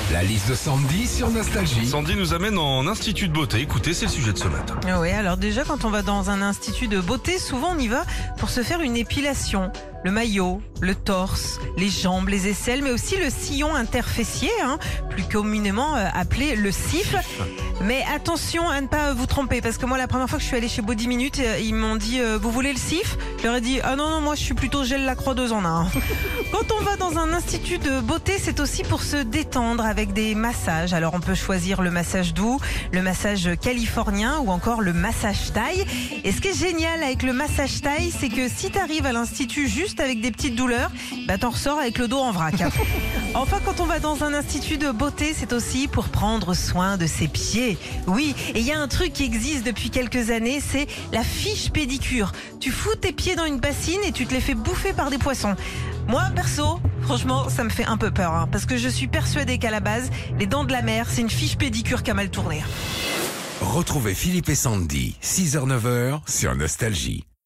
La liste de Sandy sur Nostalgie. Sandy nous amène en institut de beauté. Écoutez, c'est le sujet de ce matin. Ah oui, alors déjà quand on va dans un institut de beauté, souvent on y va pour se faire une épilation. Le maillot, le torse, les jambes, les aisselles, mais aussi le sillon interfessier, plus communément appelé le CIF. Mais attention à ne pas vous tromper, parce que moi la première fois que je suis allée chez Body Minute, ils m'ont dit vous voulez le CIF? Je leur ai dit ah non, moi je suis plutôt gel la croix 2 en 1. Quand on va dans un institut de beauté, c'est aussi pour se détendre avec des massages. Alors on peut choisir le massage doux, le massage californien ou encore le massage thaï. Et ce qui est génial avec le massage thaï, c'est que si tu arrives à l'institut juste avec des petites douleurs, t'en ressors avec le dos en vrac. Enfin, quand on va dans un institut de beauté, c'est aussi pour prendre soin de ses pieds. Oui, et il y a un truc qui existe depuis quelques années, c'est la fiche pédicure. Tu fous tes pieds dans une bassine et tu te les fais bouffer par des poissons. Moi, perso, franchement, ça me fait un peu peur, parce que je suis persuadée qu'à la base, les dents de la mer, c'est une fiche pédicure qui a mal tourné. Retrouvez Philippe et Sandy, 6h-9h sur Nostalgie.